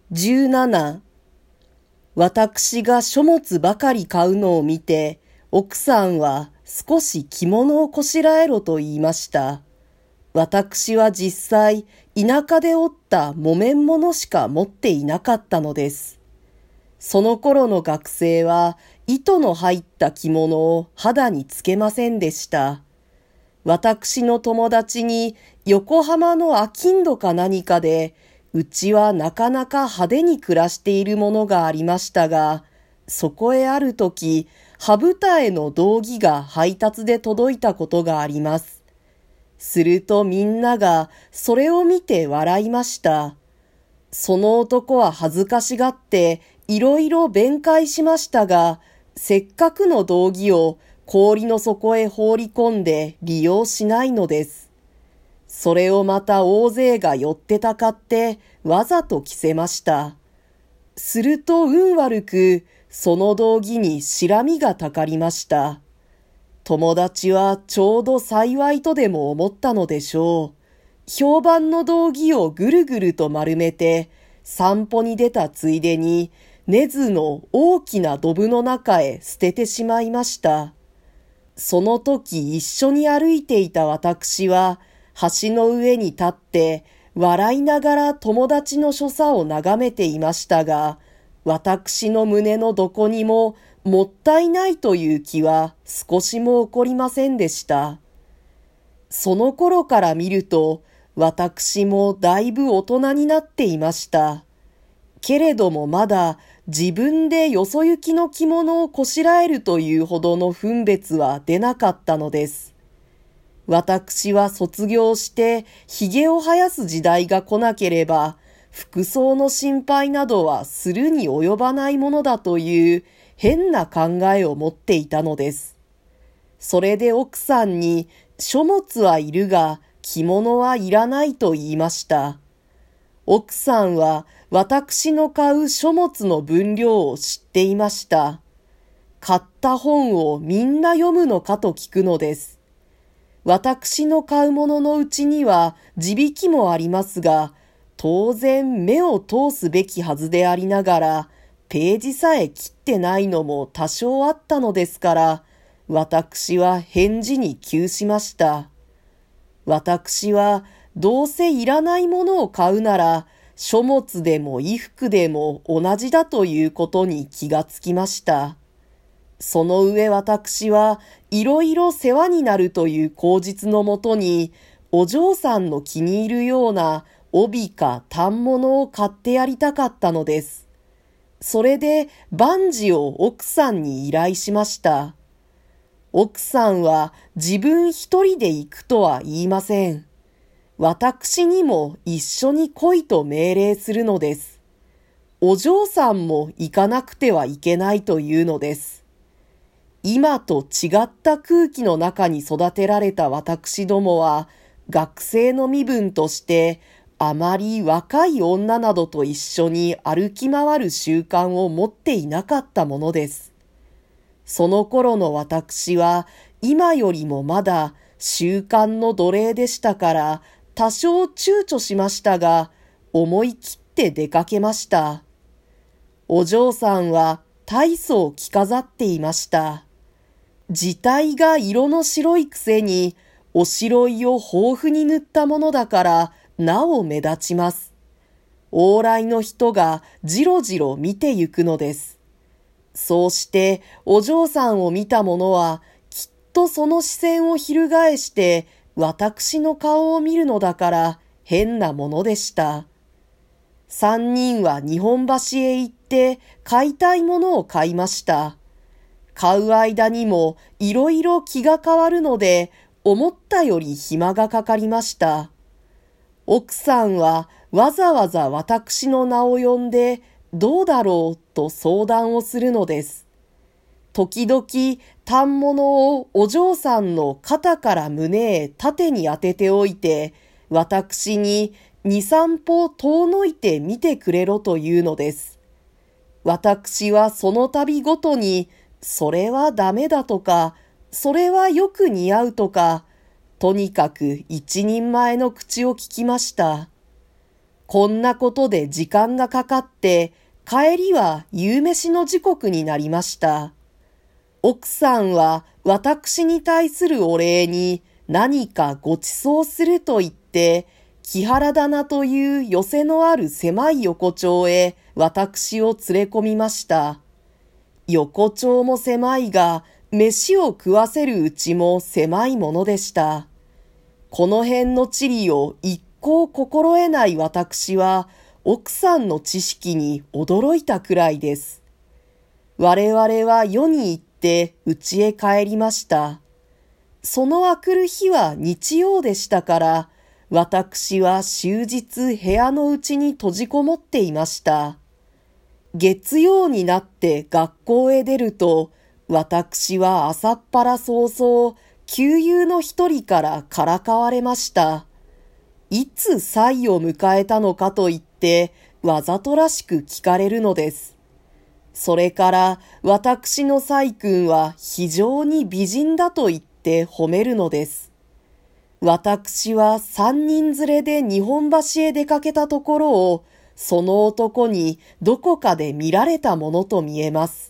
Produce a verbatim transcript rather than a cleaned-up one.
じゅうなな、私が書物ばかり買うのを見て、奥さんは少し着物をこしらえろと言いました。私は実際、田舎で織った木綿物しか持っていなかったのです。その頃の学生は、糸の入った着物を肌につけませんでした。私の友達に横浜の商人か何かで、うちはなかなか派手に暮らしているものがありましたが、そこへあるとき、羽二重の道着が配達で届いたことがあります。するとみんながそれを見て笑いました。その男は恥ずかしがっていろいろ弁解しましたが、せっかくの道着を氷の底へ放り込んで利用しないのです。それをまた大勢が寄ってたかってわざと着せました。すると運悪くその道着に白みがたかりました。友達はちょうど幸いとでも思ったのでしょう。評判の道着をぐるぐると丸めて散歩に出たついでに根津の大きなドブの中へ捨ててしまいました。その時一緒に歩いていた私は橋の上に立って笑いながら友達の所作を眺めていましたが、私の胸のどこにももったいないという気は少しも起こりませんでした。その頃から見ると私もだいぶ大人になっていました。けれどもまだ自分でよそ行きの着物をこしらえるというほどの分別は出なかったのです。私は卒業して髭を生やす時代が来なければ、服装の心配などはするに及ばないものだという変な考えを持っていたのです。それで奥さんに書物はいるが着物はいらないと言いました。奥さんは私の買う書物の分量を知っていました。買った本をみんな読むのかと聞くのです。私の買うもののうちには字引きもありますが、当然目を通すべきはずでありながら、ページさえ切ってないのも多少あったのですから、私は返事に窮しました。私はどうせいらないものを買うなら、書物でも衣服でも同じだということに気がつきました。その上私はいろいろ世話になるという口実のもとに、お嬢さんの気に入るような帯か反物を買ってやりたかったのです。それで万事を奥さんに依頼しました。奥さんは自分一人で行くとは言いません。私にも一緒に来いと命令するのです。お嬢さんも行かなくてはいけないというのです。今と違った空気の中に育てられた私どもは、学生の身分としてあまり若い女などと一緒に歩き回る習慣を持っていなかったものです。その頃の私は今よりもまだ習慣の奴隷でしたから多少躊躇しましたが、思い切って出かけました。お嬢さんは大層着飾っていました。字体が色の白いくせにおしろいを豊富に塗ったものだからなお目立ちます。往来の人がじろじろ見てゆくのです。そうしてお嬢さんを見た者はきっとその視線を翻して私の顔を見るのだから変なものでした。三人は日本橋へ行って買いたいものを買いました。買う間にもいろいろ気が変わるので思ったより暇がかかりました。奥さんはわざわざ私の名を呼んでどうだろうと相談をするのです。時々反物をお嬢さんの肩から胸へ縦に当てておいて私に二三歩遠のいて見てくれろというのです。私はその度ごとにそれはダメだとか、それはよく似合うとか、とにかく一人前の口を聞きました。 こんなことで時間がかかって、帰りは夕飯の時刻になりました。奥さんは私に対するお礼に何かご馳走すると言って、木原棚という寄せのある狭い横丁へ私を連れ込みました。横丁も狭いが、飯を食わせるうちも狭いものでした。この辺の地理を一向心得ない私は、奥さんの知識に驚いたくらいです。我々は夜に行って家へ帰りました。そのあくる日は日曜でしたから、私は終日部屋のうちに閉じこもっていました。月曜になって学校へ出ると、私は朝っぱら早々、旧友の一人からからかわれました。いつ祭を迎えたのかと言って、わざとらしく聞かれるのです。それから私の祭君は非常に美人だと言って褒めるのです。私は三人連れで日本橋へ出かけたところを、その男にどこかで見られたものと見えます。